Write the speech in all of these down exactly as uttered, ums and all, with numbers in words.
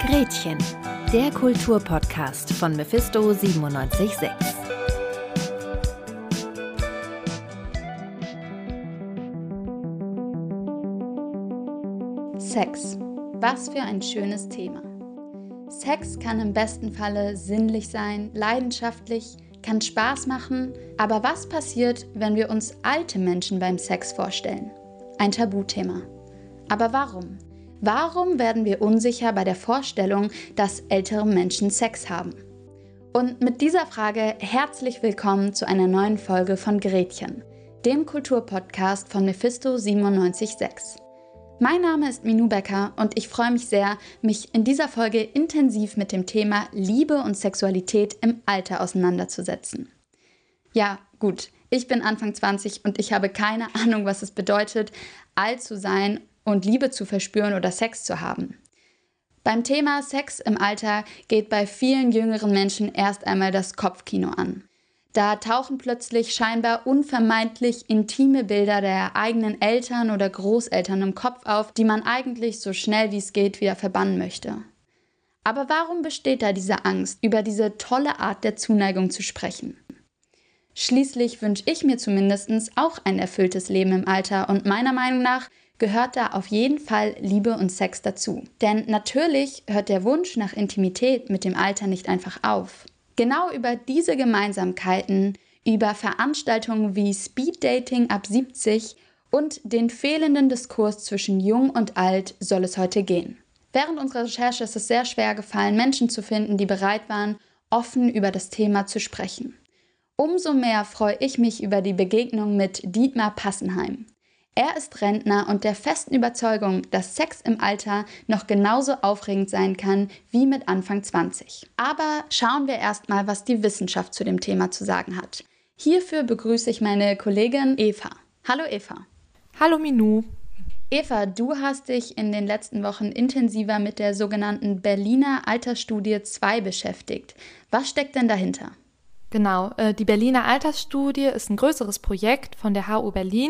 Gretchen, der Kulturpodcast von Mephisto siebenundneunzig Komma sechs. Sex. Was für ein schönes Thema. Sex kann im besten Falle sinnlich sein, leidenschaftlich, kann Spaß machen, aber was passiert, wenn wir uns alte Menschen beim Sex vorstellen? Ein Tabuthema. Aber warum? Warum werden wir unsicher bei der Vorstellung, dass ältere Menschen Sex haben? Und mit dieser Frage herzlich willkommen zu einer neuen Folge von Gretchen, dem Kulturpodcast von Mephisto siebenundneunzig Komma sechs. Mein Name ist Minu Becker und ich freue mich sehr, mich in dieser Folge intensiv mit dem Thema Liebe und Sexualität im Alter auseinanderzusetzen. Ja, gut, ich bin Anfang zwanzig und ich habe keine Ahnung, was es bedeutet, alt zu sein und Liebe zu verspüren oder Sex zu haben. Beim Thema Sex im Alter geht bei vielen jüngeren Menschen erst einmal das Kopfkino an. Da tauchen plötzlich scheinbar unvermeidlich intime Bilder der eigenen Eltern oder Großeltern im Kopf auf, die man eigentlich so schnell wie es geht wieder verbannen möchte. Aber warum besteht da diese Angst, über diese tolle Art der Zuneigung zu sprechen? Schließlich wünsche ich mir zumindest auch ein erfülltes Leben im Alter und meiner Meinung nach gehört da auf jeden Fall Liebe und Sex dazu. Denn natürlich hört der Wunsch nach Intimität mit dem Alter nicht einfach auf. Genau über diese Gemeinsamkeiten, über Veranstaltungen wie Speeddating ab siebzig und den fehlenden Diskurs zwischen Jung und Alt soll es heute gehen. Während unserer Recherche ist es sehr schwer gefallen, Menschen zu finden, die bereit waren, offen über das Thema zu sprechen. Umso mehr freue ich mich über die Begegnung mit Dietmar Passenheim. Er ist Rentner und der festen Überzeugung, dass Sex im Alter noch genauso aufregend sein kann wie mit Anfang zwanzig. Aber schauen wir erstmal, was die Wissenschaft zu dem Thema zu sagen hat. Hierfür begrüße ich meine Kollegin Eva. Hallo Eva. Hallo Minu. Eva, du hast dich in den letzten Wochen intensiver mit der sogenannten Berliner Altersstudie zwei beschäftigt. Was steckt denn dahinter? Genau, die Berliner Altersstudie ist ein größeres Projekt von der H U Berlin.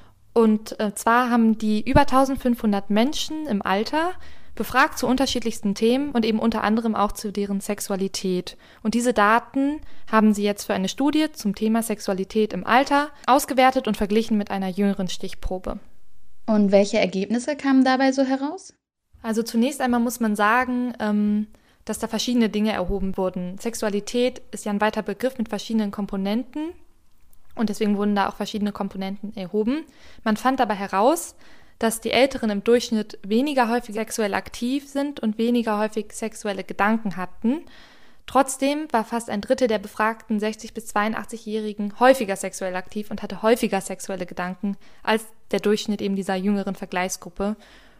Und äh, zwar haben die über eintausendfünfhundert Menschen im Alter befragt zu unterschiedlichsten Themen und eben unter anderem auch zu deren Sexualität. Und diese Daten haben sie jetzt für eine Studie zum Thema Sexualität im Alter ausgewertet und verglichen mit einer jüngeren Stichprobe. Und welche Ergebnisse kamen dabei so heraus? Also zunächst einmal muss man sagen, ähm, dass da verschiedene Dinge erhoben wurden. Sexualität ist ja ein weiter Begriff mit verschiedenen Komponenten. Und deswegen wurden da auch verschiedene Komponenten erhoben. Man fand aber heraus, dass die Älteren im Durchschnitt weniger häufig sexuell aktiv sind und weniger häufig sexuelle Gedanken hatten. Trotzdem war fast ein Drittel der befragten sechzig- bis zweiundachtzigjährigen häufiger sexuell aktiv und hatte häufiger sexuelle Gedanken als der Durchschnitt eben dieser jüngeren Vergleichsgruppe.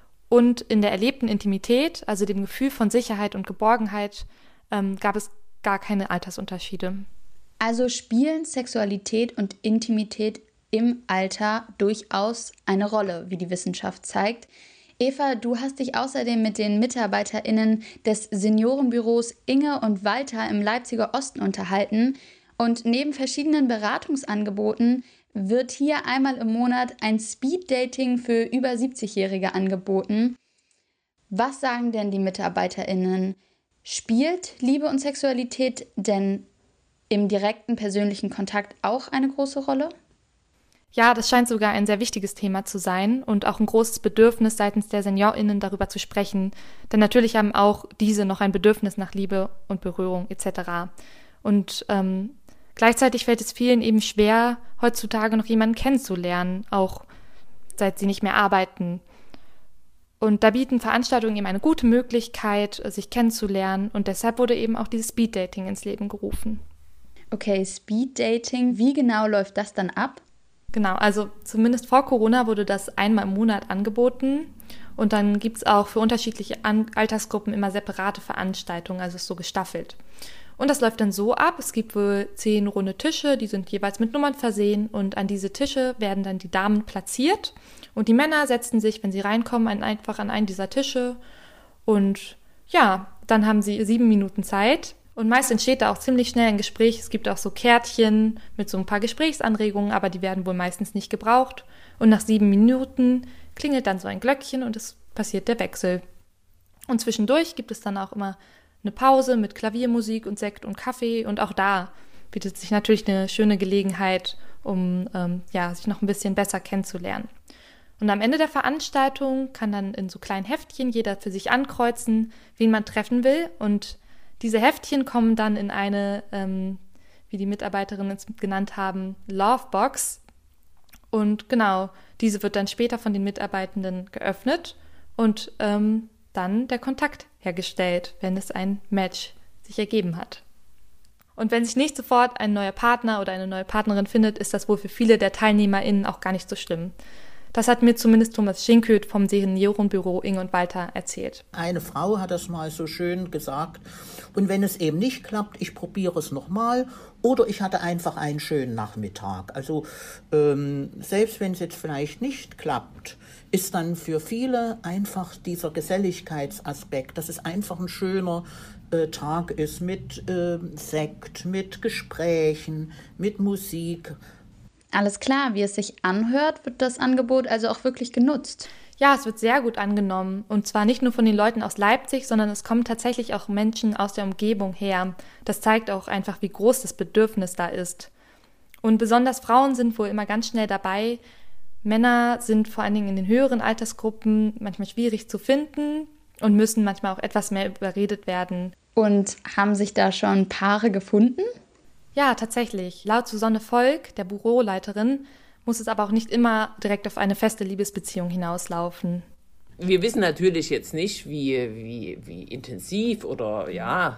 Und in der erlebten Intimität, also dem Gefühl von Sicherheit und Geborgenheit, ähm, gab es gar keine Altersunterschiede. Also spielen Sexualität und Intimität im Alter durchaus eine Rolle, wie die Wissenschaft zeigt. Eva, du hast dich außerdem mit den MitarbeiterInnen des Seniorenbüros Inge und Walter im Leipziger Osten unterhalten. Und neben verschiedenen Beratungsangeboten wird hier einmal im Monat ein Speeddating für über siebzigjährige angeboten. Was sagen denn die MitarbeiterInnen? Spielt Liebe und Sexualität denn im direkten persönlichen Kontakt auch eine große Rolle? Ja, das scheint sogar ein sehr wichtiges Thema zu sein und auch ein großes Bedürfnis seitens der SeniorInnen darüber zu sprechen. Denn natürlich haben auch diese noch ein Bedürfnis nach Liebe und Berührung et cetera. Und ähm, gleichzeitig fällt es vielen eben schwer, heutzutage noch jemanden kennenzulernen, auch seit sie nicht mehr arbeiten. Und da bieten Veranstaltungen eben eine gute Möglichkeit, sich kennenzulernen. Und deshalb wurde eben auch dieses Speeddating ins Leben gerufen. Okay, Speeddating, wie genau läuft das dann ab? Genau, also zumindest vor Corona wurde das einmal im Monat angeboten und dann gibt es auch für unterschiedliche An- Altersgruppen immer separate Veranstaltungen, also es ist so gestaffelt. Und das läuft dann so ab, es gibt wohl zehn runde Tische, die sind jeweils mit Nummern versehen und an diese Tische werden dann die Damen platziert und die Männer setzen sich, wenn sie reinkommen, einfach an einen dieser Tische und ja, dann haben sie sieben Minuten Zeit. Und meist entsteht da auch ziemlich schnell ein Gespräch. Es gibt auch so Kärtchen mit so ein paar Gesprächsanregungen, aber die werden wohl meistens nicht gebraucht. Und nach sieben Minuten klingelt dann so ein Glöckchen und es passiert der Wechsel. Und zwischendurch gibt es dann auch immer eine Pause mit Klaviermusik und Sekt und Kaffee. Und auch da bietet sich natürlich eine schöne Gelegenheit, um ähm, ja, sich noch ein bisschen besser kennenzulernen. Und am Ende der Veranstaltung kann dann in so kleinen Heftchen jeder für sich ankreuzen, wen man treffen will. Und diese Heftchen kommen dann in eine, ähm, wie die Mitarbeiterinnen es genannt haben, Lovebox. Und genau, diese wird dann später von den Mitarbeitenden geöffnet und ähm, dann der Kontakt hergestellt, wenn es ein Match sich ergeben hat. Und wenn sich nicht sofort ein neuer Partner oder eine neue Partnerin findet, ist das wohl für viele der TeilnehmerInnen auch gar nicht so schlimm. Das hat mir zumindest Thomas Schinköth vom Seniorenbüro Inge und Walter erzählt. Eine Frau hat das mal so schön gesagt. Und wenn es eben nicht klappt, ich probiere es nochmal oder ich hatte einfach einen schönen Nachmittag. Also ähm, selbst wenn es jetzt vielleicht nicht klappt, ist dann für viele einfach dieser Geselligkeitsaspekt, dass es einfach ein schöner äh, Tag ist mit äh, Sekt, mit Gesprächen, mit Musik. Alles klar, wie es sich anhört, wird das Angebot also auch wirklich genutzt. Ja, es wird sehr gut angenommen. Und zwar nicht nur von den Leuten aus Leipzig, sondern es kommen tatsächlich auch Menschen aus der Umgebung her. Das zeigt auch einfach, wie groß das Bedürfnis da ist. Und besonders Frauen sind wohl immer ganz schnell dabei. Männer sind vor allen Dingen in den höheren Altersgruppen manchmal schwierig zu finden und müssen manchmal auch etwas mehr überredet werden. Und haben sich da schon Paare gefunden? Ja, tatsächlich. Laut Susanne Volk, der Büroleiterin, muss es aber auch nicht immer direkt auf eine feste Liebesbeziehung hinauslaufen. Wir wissen natürlich jetzt nicht, wie, wie, wie intensiv oder ja,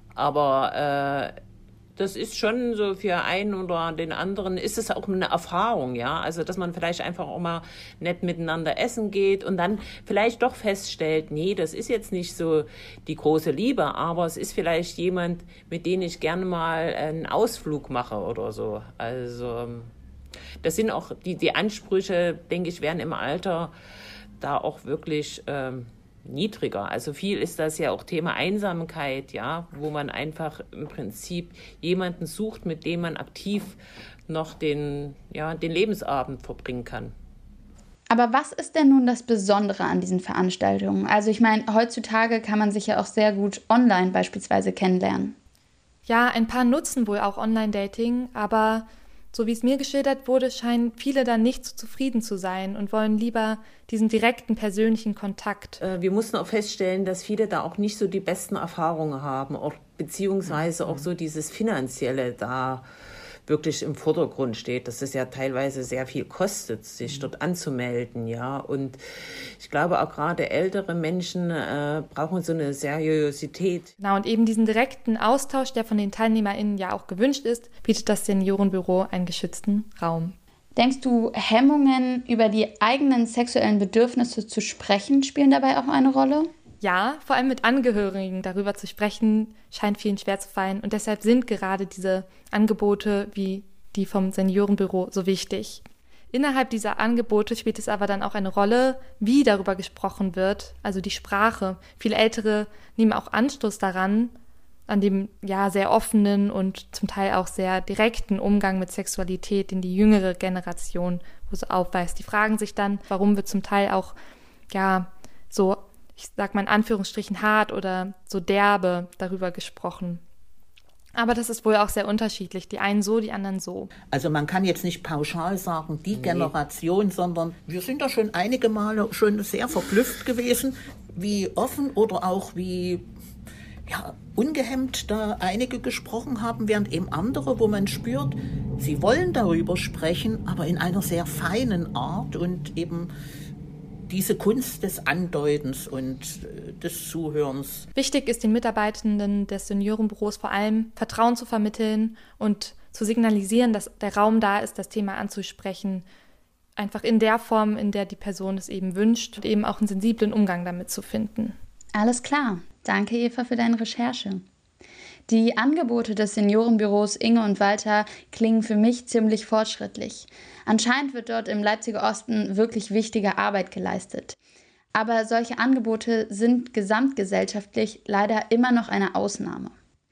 aber äh, das ist schon so für einen oder den anderen, ist es auch eine Erfahrung, ja, also dass man vielleicht einfach auch mal nett miteinander essen geht und dann vielleicht doch feststellt, nee, das ist jetzt nicht so die große Liebe, aber es ist vielleicht jemand, mit dem ich gerne mal einen Ausflug mache oder so. Also das sind auch die, die Ansprüche, denke ich, werden im Alter da auch wirklich ähm, niedriger. Also viel ist das ja auch Thema Einsamkeit, ja, wo man einfach im Prinzip jemanden sucht, mit dem man aktiv noch den, ja, den Lebensabend verbringen kann. Aber was ist denn nun das Besondere an diesen Veranstaltungen? Also ich meine, heutzutage kann man sich ja auch sehr gut online beispielsweise kennenlernen. Ja, ein paar nutzen wohl auch Online-Dating, aber so wie es mir geschildert wurde, scheinen viele dann nicht so zufrieden zu sein und wollen lieber diesen direkten persönlichen Kontakt. Wir mussten auch feststellen, dass viele da auch nicht so die besten Erfahrungen haben, auch, beziehungsweise auch so dieses Finanzielle da wirklich im Vordergrund steht, dass es ja teilweise sehr viel kostet, sich dort anzumelden, ja. Und ich glaube auch gerade ältere Menschen äh, brauchen so eine Seriosität. Na, und eben diesen direkten Austausch, der von den TeilnehmerInnen ja auch gewünscht ist, bietet das Seniorenbüro einen geschützten Raum. Denkst du, Hemmungen, über die eigenen sexuellen Bedürfnisse zu sprechen, spielen dabei auch eine Rolle? Ja, vor allem mit Angehörigen darüber zu sprechen, scheint vielen schwer zu fallen. Und deshalb sind gerade diese Angebote wie die vom Seniorenbüro so wichtig. Innerhalb dieser Angebote spielt es aber dann auch eine Rolle, wie darüber gesprochen wird, also die Sprache. Viele Ältere nehmen auch Anstoß daran, an dem ja sehr offenen und zum Teil auch sehr direkten Umgang mit Sexualität, den die jüngere Generation so aufweist. Die fragen sich dann, warum wird zum Teil auch ja so, ich sag mal in Anführungsstrichen, hart oder so derbe darüber gesprochen. Aber das ist wohl auch sehr unterschiedlich. Die einen so, die anderen so. Also man kann jetzt nicht pauschal sagen, die nee. Generation, sondern wir sind da schon einige Male schon sehr verblüfft gewesen, wie offen oder auch wie ja, ungehemmt da einige gesprochen haben, während eben andere, wo man spürt, sie wollen darüber sprechen, aber in einer sehr feinen Art und eben diese Kunst des Andeutens und des Zuhörens. Wichtig ist den Mitarbeitenden des Seniorenbüros vor allem Vertrauen zu vermitteln und zu signalisieren, dass der Raum da ist, das Thema anzusprechen. Einfach in der Form, in der die Person es eben wünscht und eben auch einen sensiblen Umgang damit zu finden. Alles klar. Danke, Eva, für deine Recherche. Die Angebote des Seniorenbüros Inge und Walter klingen für mich ziemlich fortschrittlich. Anscheinend wird dort im Leipziger Osten wirklich wichtige Arbeit geleistet. Aber solche Angebote sind gesamtgesellschaftlich leider immer noch eine Ausnahme.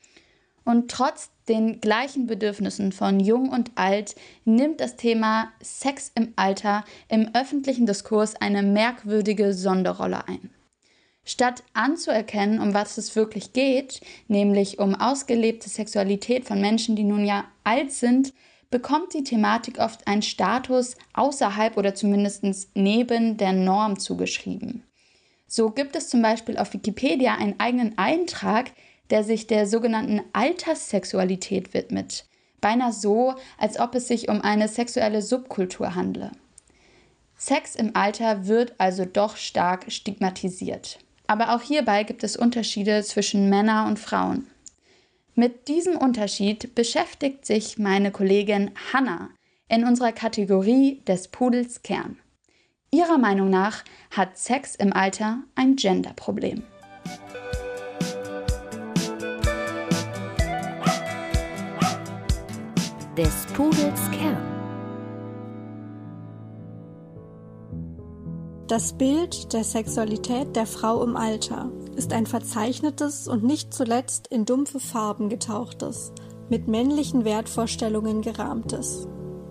Und trotz den gleichen Bedürfnissen von Jung und Alt nimmt das Thema Sex im Alter im öffentlichen Diskurs eine merkwürdige Sonderrolle ein. Statt anzuerkennen, um was es wirklich geht, nämlich um ausgelebte Sexualität von Menschen, die nun ja alt sind, bekommt die Thematik oft einen Status außerhalb oder zumindest neben der Norm zugeschrieben. So gibt es zum Beispiel auf Wikipedia einen eigenen Eintrag, der sich der sogenannten Alterssexualität widmet. Beinahe so, als ob es sich um eine sexuelle Subkultur handle. Sex im Alter wird also doch stark stigmatisiert. Aber auch hierbei gibt es Unterschiede zwischen Männern und Frauen. Mit diesem Unterschied beschäftigt sich meine Kollegin Hannah in unserer Kategorie des Pudels Kern. Ihrer Meinung nach hat Sex im Alter ein Genderproblem. Des Pudels Kern. Das Bild der Sexualität der Frau im Alter ist ein verzeichnetes und nicht zuletzt in dumpfe Farben getauchtes, mit männlichen Wertvorstellungen gerahmtes.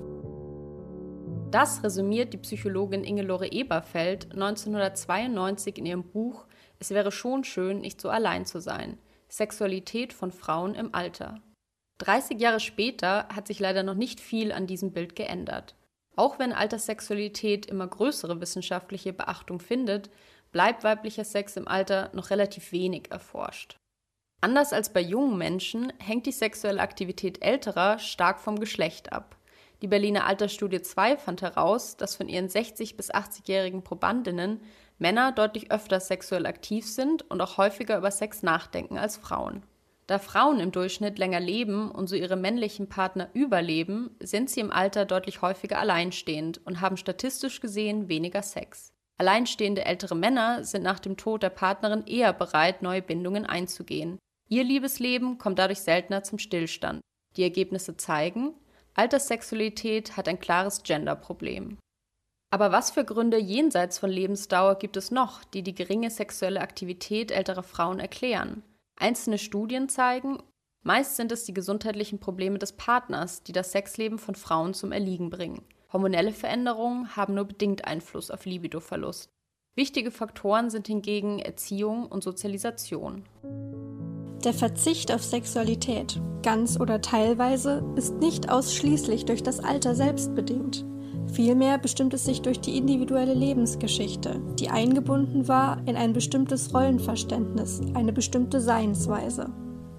Das resümiert die Psychologin Ingelore Eberfeld neunzehnhundertzweiundneunzig in ihrem Buch »Es wäre schon schön, nicht so allein zu sein. Sexualität von Frauen im Alter«. dreißig Jahre später hat sich leider noch nicht viel an diesem Bild geändert. Auch wenn Alterssexualität immer größere wissenschaftliche Beachtung findet, bleibt weiblicher Sex im Alter noch relativ wenig erforscht. Anders als bei jungen Menschen hängt die sexuelle Aktivität älterer stark vom Geschlecht ab. Die Berliner Altersstudie zwei fand heraus, dass von ihren sechzig- bis achtzigjährigen Probandinnen Männer deutlich öfter sexuell aktiv sind und auch häufiger über Sex nachdenken als Frauen. Da Frauen im Durchschnitt länger leben und so ihre männlichen Partner überleben, sind sie im Alter deutlich häufiger alleinstehend und haben statistisch gesehen weniger Sex. Alleinstehende ältere Männer sind nach dem Tod der Partnerin eher bereit, neue Bindungen einzugehen. Ihr Liebesleben kommt dadurch seltener zum Stillstand. Die Ergebnisse zeigen, Alterssexualität hat ein klares Genderproblem. Aber was für Gründe jenseits von Lebensdauer gibt es noch, die die geringe sexuelle Aktivität älterer Frauen erklären? Einzelne Studien zeigen, meist sind es die gesundheitlichen Probleme des Partners, die das Sexleben von Frauen zum Erliegen bringen. Hormonelle Veränderungen haben nur bedingt Einfluss auf Libidoverlust. Wichtige Faktoren sind hingegen Erziehung und Sozialisation. Der Verzicht auf Sexualität, ganz oder teilweise, ist nicht ausschließlich durch das Alter selbst bedingt. Vielmehr bestimmt es sich durch die individuelle Lebensgeschichte, die eingebunden war in ein bestimmtes Rollenverständnis, eine bestimmte Seinsweise.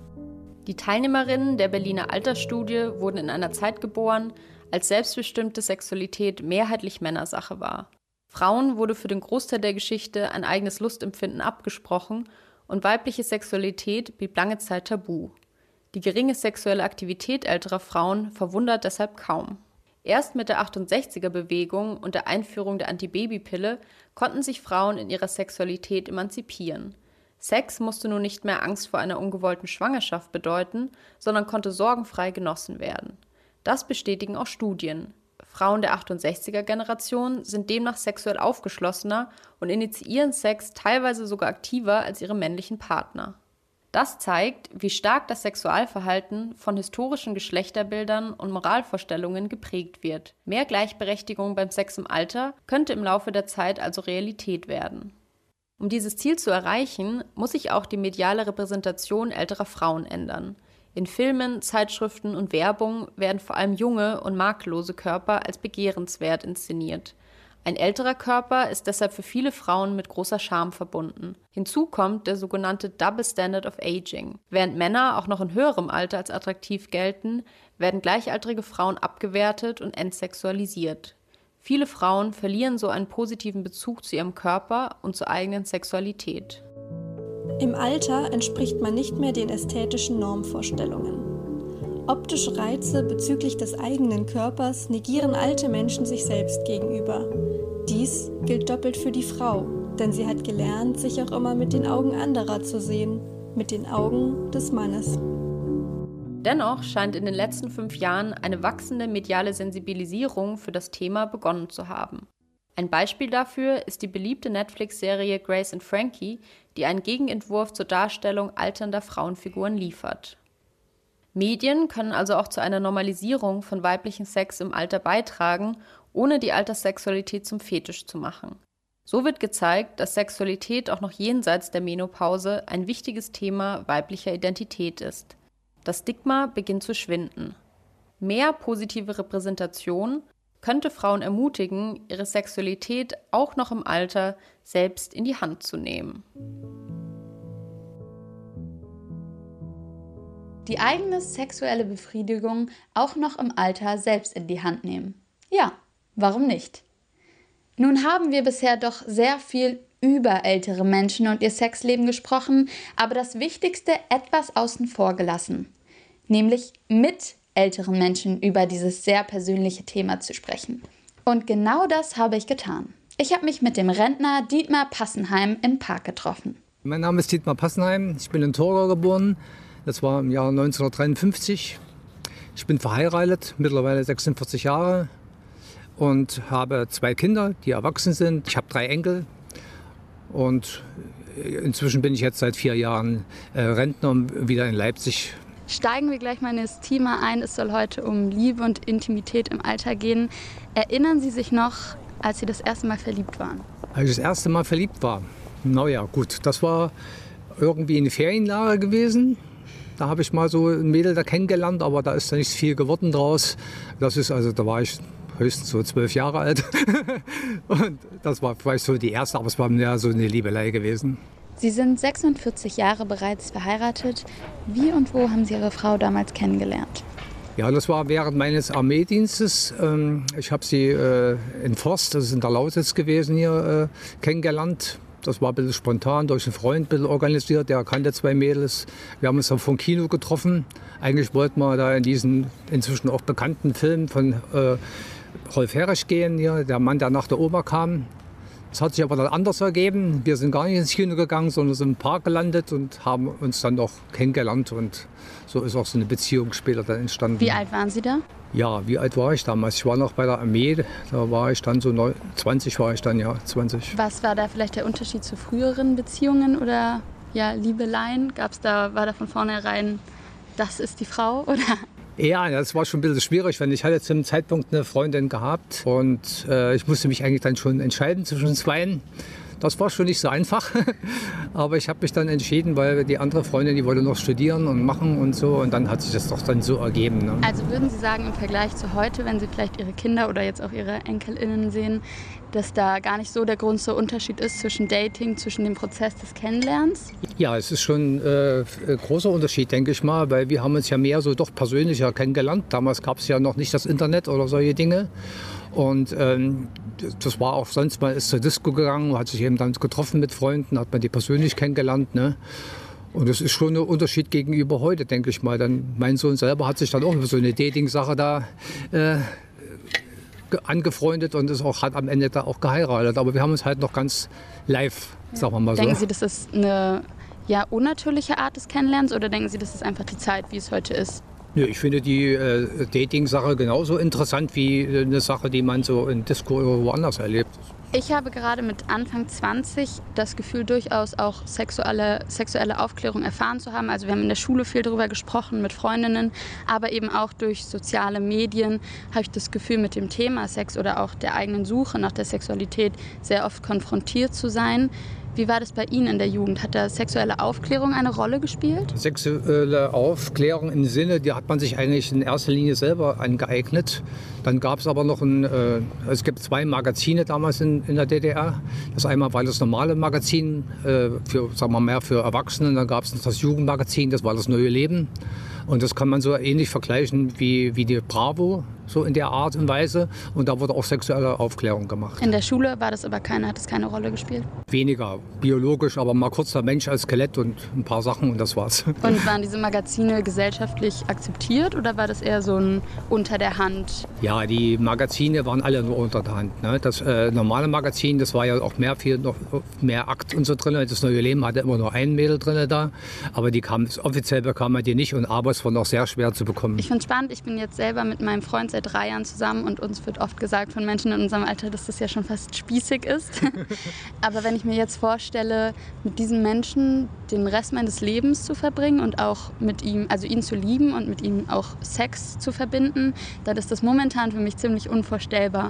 Die Teilnehmerinnen der Berliner Altersstudie wurden in einer Zeit geboren, als selbstbestimmte Sexualität mehrheitlich Männersache war. Frauen wurde für den Großteil der Geschichte ein eigenes Lustempfinden abgesprochen und weibliche Sexualität blieb lange Zeit tabu. Die geringe sexuelle Aktivität älterer Frauen verwundert deshalb kaum. Erst mit der achtundsechziger-Bewegung und der Einführung der Antibabypille konnten sich Frauen in ihrer Sexualität emanzipieren. Sex musste nun nicht mehr Angst vor einer ungewollten Schwangerschaft bedeuten, sondern konnte sorgenfrei genossen werden. Das bestätigen auch Studien. Frauen der achtundsechziger-Generation sind demnach sexuell aufgeschlossener und initiieren Sex teilweise sogar aktiver als ihre männlichen Partner. Das zeigt, wie stark das Sexualverhalten von historischen Geschlechterbildern und Moralvorstellungen geprägt wird. Mehr Gleichberechtigung beim Sex im Alter könnte im Laufe der Zeit also Realität werden. Um dieses Ziel zu erreichen, muss sich auch die mediale Repräsentation älterer Frauen ändern. In Filmen, Zeitschriften und Werbung werden vor allem junge und makellose Körper als begehrenswert inszeniert. Ein älterer Körper ist deshalb für viele Frauen mit großer Scham verbunden. Hinzu kommt der sogenannte Double Standard of Aging. Während Männer auch noch in höherem Alter als attraktiv gelten, werden gleichaltrige Frauen abgewertet und entsexualisiert. Viele Frauen verlieren so einen positiven Bezug zu ihrem Körper und zur eigenen Sexualität. Im Alter entspricht man nicht mehr den ästhetischen Normvorstellungen. Optische Reize bezüglich des eigenen Körpers negieren alte Menschen sich selbst gegenüber. Dies gilt doppelt für die Frau, denn sie hat gelernt, sich auch immer mit den Augen anderer zu sehen, mit den Augen des Mannes. Dennoch scheint in den letzten fünf Jahren eine wachsende mediale Sensibilisierung für das Thema begonnen zu haben. Ein Beispiel dafür ist die beliebte Netflix-Serie Grace and Frankie, die einen Gegenentwurf zur Darstellung alternder Frauenfiguren liefert. Medien können also auch zu einer Normalisierung von weiblichem Sex im Alter beitragen, ohne die Alterssexualität zum Fetisch zu machen. So wird gezeigt, dass Sexualität auch noch jenseits der Menopause ein wichtiges Thema weiblicher Identität ist. Das Stigma beginnt zu schwinden. Mehr positive Repräsentation könnte Frauen ermutigen, ihre Sexualität auch noch im Alter selbst in die Hand zu nehmen. Die eigene sexuelle Befriedigung auch noch im Alter selbst in die Hand nehmen. Ja, warum nicht? Nun haben wir bisher doch sehr viel über ältere Menschen und ihr Sexleben gesprochen, aber das Wichtigste etwas außen vor gelassen, nämlich mit älteren Menschen über dieses sehr persönliche Thema zu sprechen. Und genau das habe ich getan. Ich habe mich mit dem Rentner Dietmar Passenheim im Park getroffen. Mein Name ist Dietmar Passenheim, ich bin in Torgau geboren, das war im Jahr neunzehnhundertdreiundfünfzig. Ich bin verheiratet, mittlerweile sechsundvierzig Jahre und habe zwei Kinder, die erwachsen sind. Ich habe drei Enkel und inzwischen bin ich jetzt seit vier Jahren äh, Rentner wieder in Leipzig. Steigen wir gleich mal in das Thema ein. Es soll heute um Liebe und Intimität im Alter gehen. Erinnern Sie sich noch, als Sie das erste Mal verliebt waren? Als ich das erste Mal verliebt war? Naja, gut, das war irgendwie eine Ferienlager gewesen. Da habe ich mal so ein Mädel da kennengelernt, aber da ist da nicht viel geworden draus. Das ist also, da war ich höchstens so zwölf Jahre alt. Und das war vielleicht so die erste, aber es war mehr so eine Liebelei gewesen. Sie sind sechsundvierzig Jahre bereits verheiratet. Wie und wo haben Sie Ihre Frau damals kennengelernt? Ja, das war während meines Armeedienstes. Ich habe sie in Forst, das ist in der Lausitz gewesen, hier kennengelernt. Das war ein bisschen spontan, durch einen Freund ein bisschen organisiert, der kannte zwei Mädels. Wir haben uns dann vom Kino getroffen. Eigentlich wollten wir da in diesen inzwischen auch bekannten Film von äh, Rolf Herrich gehen, hier, der Mann, der nach der Oma kam. Das hat sich aber dann anders ergeben. Wir sind gar nicht ins Kino gegangen, sondern sind im Park gelandet und haben uns dann auch kennengelernt. Und so ist auch so eine Beziehung später dann entstanden. Wie alt waren Sie da? Ja, wie alt war ich damals? Ich war noch bei der Armee, da war ich dann so zwanzig war ich dann, ja, zwanzig. Was war da vielleicht der Unterschied zu früheren Beziehungen oder ja, Liebeleien? Gab's da, war da von vornherein, das ist die Frau, oder? Ja, das war schon ein bisschen schwierig, weil ich hatte zu dem Zeitpunkt eine Freundin gehabt und äh, ich musste mich eigentlich dann schon entscheiden zwischen zweien. Das war schon nicht so einfach, aber ich habe mich dann entschieden, weil die andere Freundin, die wollte noch studieren und machen und so und dann hat sich das doch dann so ergeben. Ne? Also würden Sie sagen, im Vergleich zu heute, wenn Sie vielleicht Ihre Kinder oder jetzt auch Ihre EnkelInnen sehen, dass da gar nicht so der große Unterschied ist zwischen Dating, zwischen dem Prozess des Kennenlernens? Ja, es ist schon äh, ein großer Unterschied, denke ich mal, weil wir haben uns ja mehr so doch persönlicher kennengelernt. Damals gab es ja noch nicht das Internet oder solche Dinge. Und ähm, das war auch sonst, man ist zur Disco gegangen, hat sich eben dann getroffen mit Freunden, hat man die persönlich kennengelernt. Ne? Und das ist schon ein Unterschied gegenüber heute, denke ich mal. Dann, mein Sohn selber hat sich dann auch über so eine Dating-Sache da äh, angefreundet und ist auch, hat am Ende da auch geheiratet. Aber wir haben uns halt noch ganz live, ja. Sagen wir mal so. Denken Sie, das ist eine ja, unnatürliche Art des Kennenlernens oder denken Sie, das ist einfach die Zeit, wie es heute ist? Ja, ich finde die äh, Dating-Sache genauso interessant wie eine Sache, die man so in Disco oder woanders erlebt. Ich habe gerade mit Anfang zwanzig das Gefühl, durchaus auch sexuelle, sexuelle Aufklärung erfahren zu haben. Also wir haben in der Schule viel darüber gesprochen mit Freundinnen, aber eben auch durch soziale Medien habe ich das Gefühl, mit dem Thema Sex oder auch der eigenen Suche nach der Sexualität sehr oft konfrontiert zu sein. Wie war das bei Ihnen in der Jugend? Hat da sexuelle Aufklärung eine Rolle gespielt? Sexuelle Aufklärung im Sinne, die hat man sich eigentlich in erster Linie selber angeeignet. Dann gab es aber noch ein, äh, es gibt zwei Magazine damals in, in der D D R. Das einmal war das normale Magazin, äh, für, sagen wir mehr für Erwachsene. Dann gab es noch das Jugendmagazin, das war das Neue Leben. Und das kann man so ähnlich vergleichen wie, wie die Bravo, so in der Art und Weise. Und da wurde auch sexuelle Aufklärung gemacht. In der Schule war das aber keine, hat das keine Rolle gespielt? Weniger biologisch, aber mal kurz der Mensch als Skelett und ein paar Sachen und das war's. Und waren diese Magazine gesellschaftlich akzeptiert oder war das eher so ein unter der Hand? Ja, die Magazine waren alle nur unter der Hand. Ne? Das äh, normale Magazin, das war ja auch mehr, viel, noch mehr Akt und so drin. Das Neue Leben hatte immer nur ein Mädel drin da. Aber die kam, offiziell bekam man die nicht und aber es war noch sehr schwer zu bekommen. Ich finde es spannend. Ich bin jetzt selber mit meinem Freund seit drei Jahren zusammen und uns wird oft gesagt von Menschen in unserem Alter, dass das ja schon fast spießig ist. Aber wenn ich mir jetzt vorstelle, mit diesem Menschen den Rest meines Lebens zu verbringen und auch mit ihm, also ihn zu lieben und mit ihm auch Sex zu verbinden, dann ist das momentan für mich ziemlich unvorstellbar.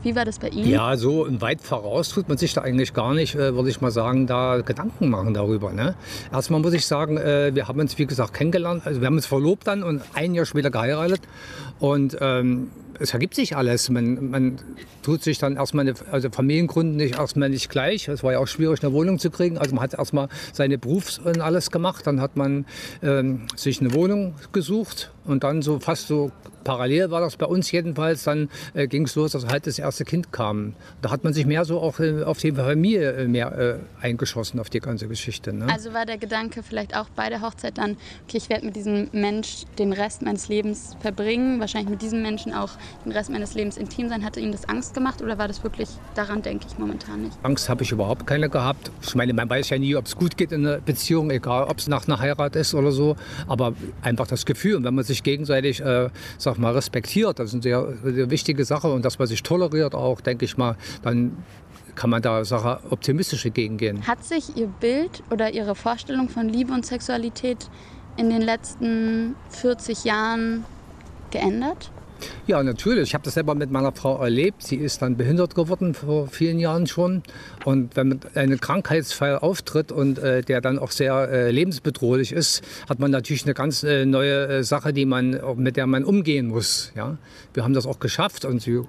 Wie war das bei Ihnen? Ja, so weit voraus tut man sich da eigentlich gar nicht, äh, würde ich mal sagen, da Gedanken machen darüber. Ne? Erstmal muss ich sagen, äh, wir haben uns, wie gesagt, kennengelernt. Also wir haben uns verlobt dann und ein Jahr später geheiratet. Und ähm, es ergibt sich alles. Man, man tut sich dann erstmal, eine, also Familiengründen nicht erstmal nicht gleich. Es war ja auch schwierig, eine Wohnung zu kriegen. Also man hat erstmal seine Berufs- und alles gemacht. Dann hat man ähm, sich eine Wohnung gesucht. Und dann so fast so parallel war das bei uns jedenfalls. Dann äh, ging es los, dass halt das erste Kind kam. Da hat man sich mehr so auch äh, auf die Familie äh, mehr äh, eingeschossen, auf die ganze Geschichte. Ne? Also war der Gedanke vielleicht auch bei der Hochzeit dann, okay, ich werde mit diesem Mensch den Rest meines Lebens verbringen, wahrscheinlich mit diesem Menschen auch den Rest meines Lebens intim sein. Hatte Ihnen das Angst gemacht oder war das wirklich, daran denke ich momentan nicht? Angst habe ich überhaupt keine gehabt. Ich meine, man weiß ja nie, ob es gut geht in einer Beziehung, egal ob es nach einer Heirat ist oder so. Aber einfach das Gefühl, und wenn man sich gegenseitig, äh, sag mal, respektiert, das ist eine sehr, sehr wichtige Sache und dass man sich toleriert auch, denke ich mal, dann kann man da Sache optimistisch entgegengehen. Hat sich Ihr Bild oder Ihre Vorstellung von Liebe und Sexualität in den letzten vierzig Jahren geändert? Ja, natürlich. Ich habe das selber mit meiner Frau erlebt. Sie ist dann behindert geworden vor vielen Jahren schon. Und wenn ein Krankheitsfall auftritt und äh, der dann auch sehr äh, lebensbedrohlich ist, hat man natürlich eine ganz äh, neue äh, Sache, die man, mit der man umgehen muss. Ja? Wir haben das auch geschafft und sie,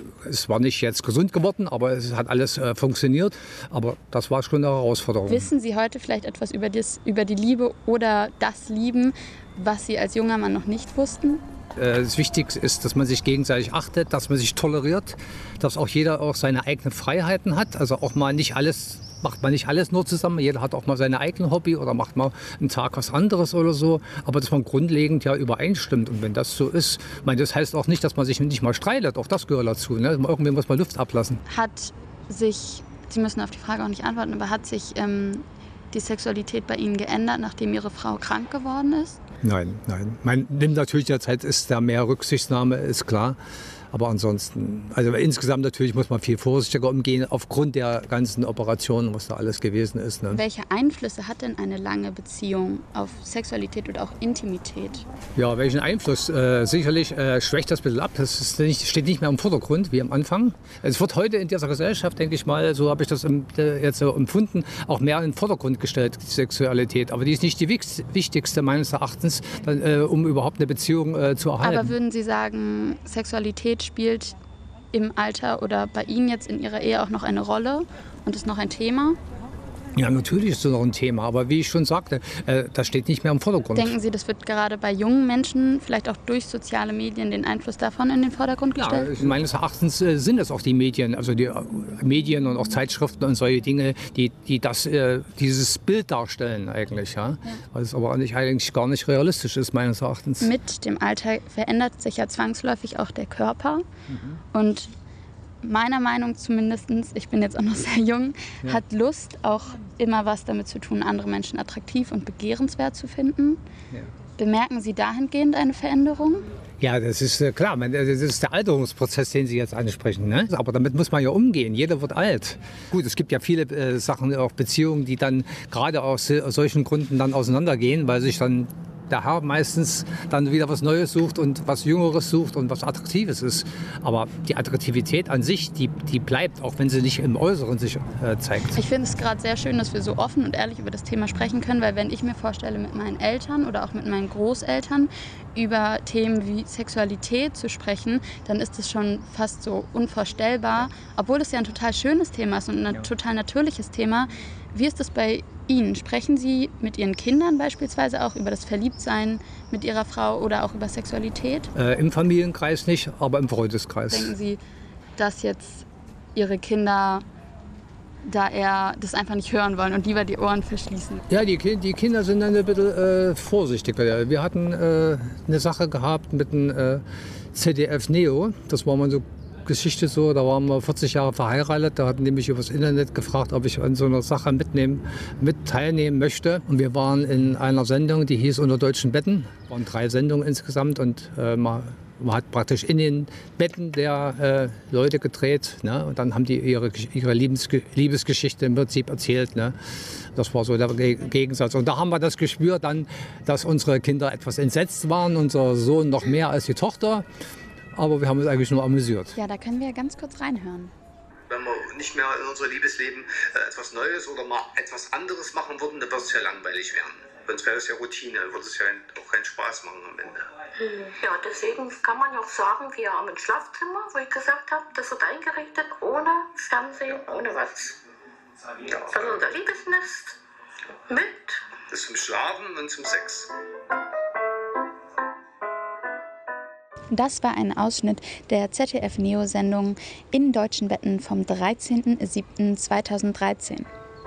es war nicht jetzt gesund geworden, aber es hat alles äh, funktioniert. Aber das war schon eine Herausforderung. Wissen Sie heute vielleicht etwas über, das, über die Liebe oder das Lieben, was Sie als junger Mann noch nicht wussten? Das Wichtigste ist, dass man sich gegenseitig achtet, dass man sich toleriert, dass auch jeder auch seine eigenen Freiheiten hat. Also auch mal nicht alles, macht man nicht alles nur zusammen. Jeder hat auch mal seine eigenen Hobby oder macht mal einen Tag was anderes oder so. Aber dass man grundlegend ja übereinstimmt. Und wenn das so ist, ich meine, das heißt auch nicht, dass man sich nicht mal streitet. Auch das gehört dazu. Ne? Irgendwie muss man Luft ablassen. Hat sich, Sie müssen auf die Frage auch nicht antworten, aber hat sich ähm, die Sexualität bei Ihnen geändert, nachdem Ihre Frau krank geworden ist? Nein, nein. Man nimmt natürlich derzeit ist da mehr Rücksichtnahme, ist klar. Aber ansonsten, also insgesamt natürlich muss man viel vorsichtiger umgehen, aufgrund der ganzen Operationen, was da alles gewesen ist. Ne? Welche Einflüsse hat denn eine lange Beziehung auf Sexualität oder auch Intimität? Ja, welchen Einfluss? Äh, sicherlich äh, schwächt das ein bisschen ab. Das ist nicht, steht nicht mehr im Vordergrund wie am Anfang. Es wird heute in dieser Gesellschaft, denke ich mal, so habe ich das im, äh, jetzt so empfunden, auch mehr in den Vordergrund gestellt, die Sexualität. Aber die ist nicht die wichtigste meines Erachtens, dann, äh, um überhaupt eine Beziehung äh, zu erhalten. Aber würden Sie sagen, Sexualität spielt im Alter oder bei Ihnen jetzt in Ihrer Ehe auch noch eine Rolle und ist noch ein Thema? Ja, natürlich ist das noch ein Thema, aber wie ich schon sagte, äh, das steht nicht mehr im Vordergrund. Denken Sie, das wird gerade bei jungen Menschen, vielleicht auch durch soziale Medien, den Einfluss davon in den Vordergrund gestellt? Ja, meines Erachtens äh, sind es auch die Medien, also die äh, Medien und auch Zeitschriften und solche Dinge, die, die das, äh, dieses Bild darstellen eigentlich. Ja? Ja. Was es aber eigentlich, eigentlich gar nicht realistisch ist, meines Erachtens. Mit dem Alter verändert sich ja zwangsläufig auch der Körper. Mhm. Und meiner Meinung zumindest, ich bin jetzt auch noch sehr jung, ja. hat Lust auch immer was damit zu tun, andere Menschen attraktiv und begehrenswert zu finden. Ja. Bemerken Sie dahingehend eine Veränderung? Ja, das ist äh, klar. Das ist der Alterungsprozess, den Sie jetzt ansprechen. Ne? Aber damit muss man ja umgehen. Jeder wird alt. Gut, es gibt ja viele äh, Sachen, auch Beziehungen, die dann gerade aus, aus solchen Gründen dann auseinandergehen, weil sich dann der Herr meistens dann wieder was Neues sucht und was Jüngeres sucht und was Attraktives ist. Aber die Attraktivität an sich, die, die bleibt, auch wenn sie nicht im Äußeren sich äh, zeigt. Ich finde es gerade sehr schön, dass wir so offen und ehrlich über das Thema sprechen können, weil wenn ich mir vorstelle, mit meinen Eltern oder auch mit meinen Großeltern über Themen wie Sexualität zu sprechen, dann ist es schon fast so unvorstellbar, obwohl es ja ein total schönes Thema ist und ein ja. total natürliches Thema. Wie ist das bei Ihnen? Sprechen Sie mit Ihren Kindern beispielsweise auch über das Verliebtsein mit Ihrer Frau oder auch über Sexualität? Äh, Im Familienkreis nicht, aber im Freundeskreis. Denken Sie, dass jetzt Ihre Kinder da eher das einfach nicht hören wollen und lieber die Ohren verschließen? Ja, die, die Kinder sind dann ein bisschen äh, vorsichtiger. Wir hatten äh, eine Sache gehabt mit dem äh, Z D F Neo, das war mal so Geschichte so, da waren wir vierzig Jahre verheiratet, da hatten die mich übers Internet gefragt, ob ich an so einer Sache mitnehmen, mit teilnehmen möchte. Und wir waren in einer Sendung, die hieß Unter deutschen Betten, es waren drei Sendungen insgesamt und äh, man, man hat praktisch in den Betten der äh, Leute gedreht, ne? Und dann haben die ihre, ihre Liebes, Liebesgeschichte im Prinzip erzählt, ne? Das war so der Gegensatz. Und da haben wir das gespürt dann, dass unsere Kinder etwas entsetzt waren, unser Sohn noch mehr als die Tochter. aber wir haben uns eigentlich nur amüsiert. Ja, da können wir ganz kurz reinhören. Wenn wir nicht mehr in unserem Liebesleben äh, etwas Neues oder mal etwas anderes machen würden, dann würde es ja langweilig werden. Sonst wäre es ja Routine, dann würde es ja auch keinen Spaß machen am Ende. Ja, deswegen kann man ja auch sagen, wir haben ein Schlafzimmer, wo ich gesagt habe, das wird eingerichtet ohne Fernsehen, ohne was. Ja. Das ist unser Liebesnest mit... Das zum Schlafen und zum Sex. Das war ein Ausschnitt der Z D F-Neo-Sendung In deutschen Betten vom dreizehnten siebten zweitausenddreizehn.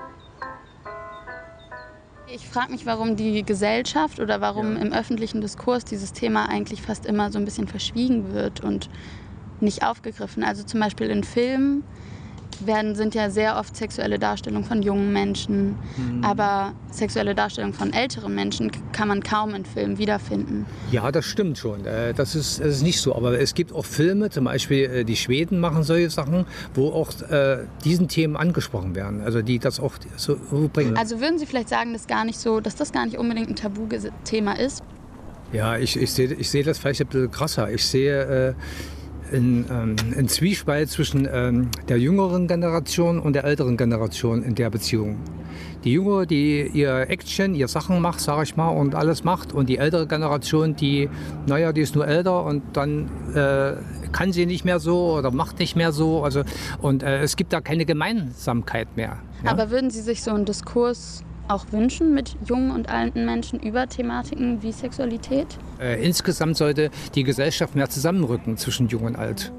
Ich frage mich, warum die Gesellschaft oder warum ja. im öffentlichen Diskurs dieses Thema eigentlich fast immer so ein bisschen verschwiegen wird und nicht aufgegriffen. Also zum Beispiel in Filmen werden, sind ja sehr oft sexuelle Darstellungen von jungen Menschen, mhm. aber sexuelle Darstellungen von älteren Menschen kann man kaum in Filmen wiederfinden. Ja, das stimmt schon. Das ist, das ist nicht so. Aber es gibt auch Filme, zum Beispiel die Schweden machen solche Sachen, wo auch äh, diesen Themen angesprochen werden, also die das auch so bringen. Also würden Sie vielleicht sagen, dass, gar nicht so, dass das gar nicht unbedingt ein Tabuthema ist? Ja, ich, ich sehe ich seh das vielleicht ein bisschen krasser. Ich sehe äh, in, ähm, in Zwiespalt zwischen ähm, der jüngeren Generation und der älteren Generation in der Beziehung. Die Jüngere, die ihr Action, ihr Sachen macht, sage ich mal, und alles macht. Und die ältere Generation, die, naja, die ist nur älter und dann äh, kann sie nicht mehr so oder macht nicht mehr so. Also, und äh, es gibt da keine Gemeinsamkeit mehr. Ja? Aber würden Sie sich so einen Diskurs auch wünschen mit jungen und alten Menschen über Thematiken wie Sexualität? Äh, insgesamt sollte die Gesellschaft mehr zusammenrücken zwischen Jung und Alt.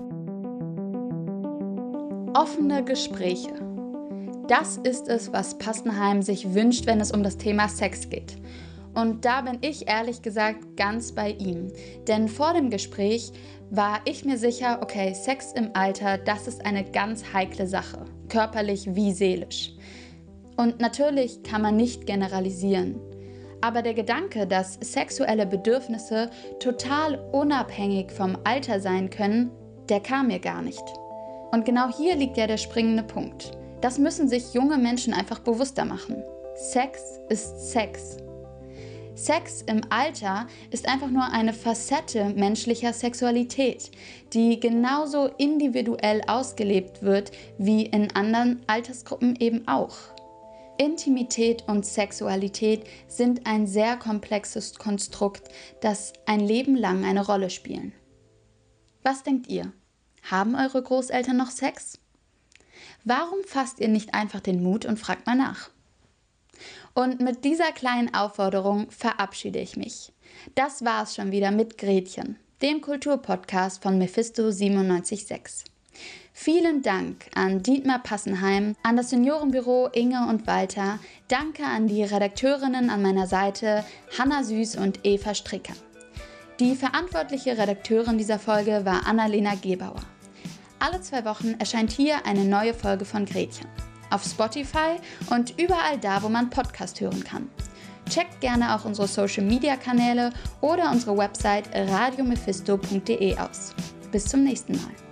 Offene Gespräche. Das ist es, was Passenheim sich wünscht, wenn es um das Thema Sex geht. Und da bin ich ehrlich gesagt ganz bei ihm. Denn vor dem Gespräch war ich mir sicher, okay, Sex im Alter, das ist eine ganz heikle Sache, körperlich wie seelisch. Und natürlich kann man nicht generalisieren. Aber der Gedanke, dass sexuelle Bedürfnisse total unabhängig vom Alter sein können, der kam mir gar nicht. Und genau hier liegt ja der springende Punkt. Das müssen sich junge Menschen einfach bewusster machen. Sex ist Sex. Sex im Alter ist einfach nur eine Facette menschlicher Sexualität, die genauso individuell ausgelebt wird wie in anderen Altersgruppen eben auch. Intimität und Sexualität sind ein sehr komplexes Konstrukt, das ein Leben lang eine Rolle spielen. Was denkt ihr? Haben eure Großeltern noch Sex? Warum fasst ihr nicht einfach den Mut und fragt mal nach? Und mit dieser kleinen Aufforderung verabschiede ich mich. Das war's schon wieder mit Gretchen, dem Kulturpodcast von Mephisto siebenundneunzig Komma sechs. Vielen Dank an Dietmar Passenheim, an das Seniorenbüro Inge und Walter. Danke an die Redakteurinnen an meiner Seite, Hanna Süß und Eva Stricker. Die verantwortliche Redakteurin dieser Folge war Annalena Gebauer. Alle zwei Wochen erscheint hier eine neue Folge von Gretchen. Auf Spotify und überall da, wo man Podcast hören kann. Checkt gerne auch unsere Social-Media-Kanäle oder unsere Website radio mephisto punkt de aus. Bis zum nächsten Mal.